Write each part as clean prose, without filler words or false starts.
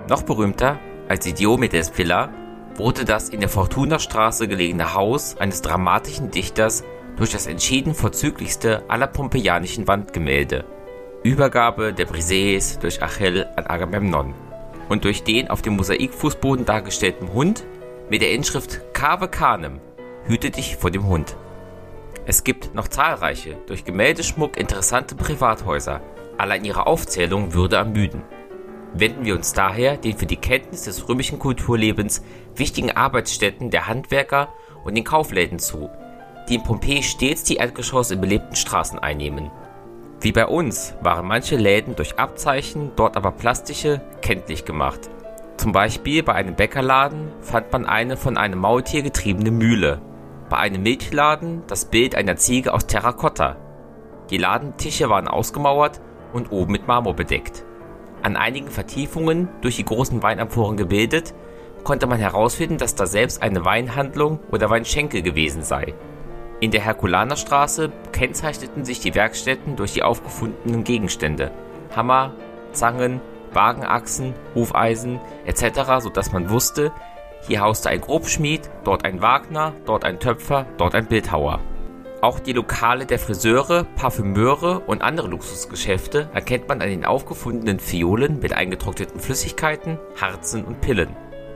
Noch berühmter als die Diomedes-Villa wurde das in der Fortunastraße gelegene Haus eines dramatischen Dichters durch das entschieden vorzüglichste aller pompeianischen Wandgemälde, Übergabe der Briseis durch Achill an Agamemnon, und durch den auf dem Mosaikfußboden dargestellten Hund mit der Inschrift Cave Canem, hüte dich vor dem Hund. Es gibt noch zahlreiche, durch Gemäldeschmuck interessante Privathäuser, allein ihre Aufzählung würde ermüden. Wenden wir uns daher den für die Kenntnis des römischen Kulturlebens wichtigen Arbeitsstätten der Handwerker und den Kaufläden zu, die in Pompeji stets die Erdgeschosse in belebten Straßen einnehmen. Wie bei uns waren manche Läden durch Abzeichen, dort aber plastische, kenntlich gemacht. Zum Beispiel bei einem Bäckerladen fand man eine von einem Maultier getriebene Mühle, bei einem Milchladen das Bild einer Ziege aus Terrakotta. Die Ladentische waren ausgemauert und oben mit Marmor bedeckt. An einigen Vertiefungen, durch die großen Weinamphoren gebildet, konnte man herausfinden, dass da selbst eine Weinhandlung oder Weinschenkel gewesen sei. In der Herkulanerstraße kennzeichneten sich die Werkstätten durch die aufgefundenen Gegenstände, Hammer, Zangen, Wagenachsen, Hufeisen etc., sodass man wusste, hier hauste ein Grobschmied, dort ein Wagner, dort ein Töpfer, dort ein Bildhauer. Auch die Lokale der Friseure, Parfümeure und andere Luxusgeschäfte erkennt man an den aufgefundenen Phiolen mit eingetrockneten Flüssigkeiten, Harzen und Pillen.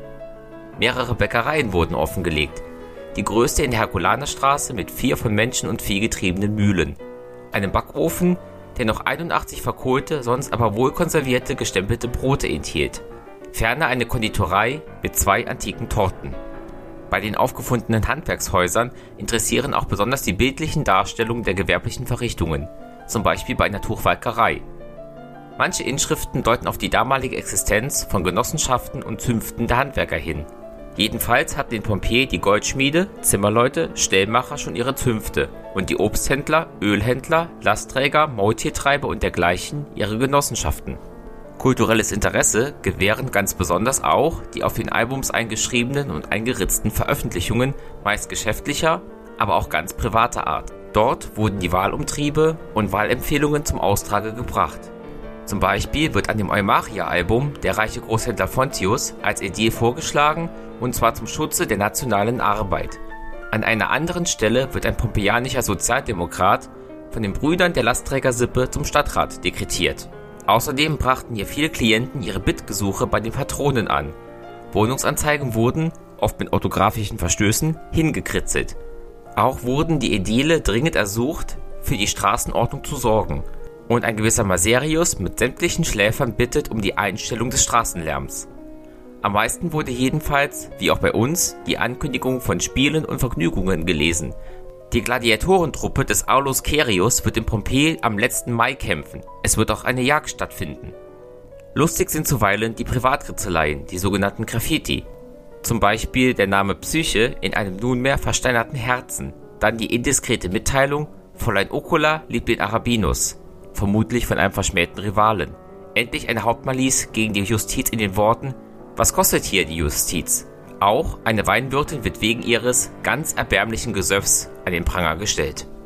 Mehrere Bäckereien wurden offengelegt, die größte in der Herkulanerstraße mit 4 von Menschen und Vieh getriebenen Mühlen, einem Backofen, der noch 81 verkohlte, sonst aber wohl konservierte gestempelte Brote enthielt, ferner eine Konditorei mit 2 antiken Torten. Bei den aufgefundenen Handwerkshäusern interessieren auch besonders die bildlichen Darstellungen der gewerblichen Verrichtungen, zum Beispiel bei einer Tuchwalkerei. Manche Inschriften deuten auf die damalige Existenz von Genossenschaften und Zünften der Handwerker hin. Jedenfalls hatten in Pompeji die Goldschmiede, Zimmerleute, Stellmacher schon ihre Zünfte und die Obsthändler, Ölhändler, Lastträger, Maultiertreiber und dergleichen ihre Genossenschaften. Kulturelles Interesse gewähren ganz besonders auch die auf den Albums eingeschriebenen und eingeritzten Veröffentlichungen meist geschäftlicher, aber auch ganz privater Art. Dort wurden die Wahlumtriebe und Wahlempfehlungen zum Austrage gebracht. Zum Beispiel wird an dem Eumachia-Album der reiche Großhändler Fonteius als Ädil vorgeschlagen, und zwar zum Schutze der nationalen Arbeit. An einer anderen Stelle wird ein pompeianischer Sozialdemokrat von den Brüdern der Lastträgersippe zum Stadtrat dekretiert. Außerdem brachten hier viele Klienten ihre Bittgesuche bei den Patronen an. Wohnungsanzeigen wurden, oft mit orthografischen Verstößen, hingekritzelt. Auch wurden die Ädile dringend ersucht, für die Straßenordnung zu sorgen. Und ein gewisser Maserius mit sämtlichen Schläfern bittet um die Einstellung des Straßenlärms. Am meisten wurde jedenfalls, wie auch bei uns, die Ankündigung von Spielen und Vergnügungen gelesen. Die Gladiatorentruppe des Aulus Cerius wird in Pompeji am letzten Mai kämpfen. Es wird auch eine Jagd stattfinden. Lustig sind zuweilen die Privatkritzeleien, die sogenannten Graffiti. Zum Beispiel der Name Psyche in einem nunmehr versteinerten Herzen. Dann die indiskrete Mitteilung, Fräulein Ocula liebt den Arabinus, vermutlich von einem verschmähten Rivalen. Endlich eine Hauptmalice gegen die Justiz in den Worten: Was kostet hier die Justiz? Auch eine Weinwirtin wird wegen ihres ganz erbärmlichen Gesöffs an den Pranger gestellt.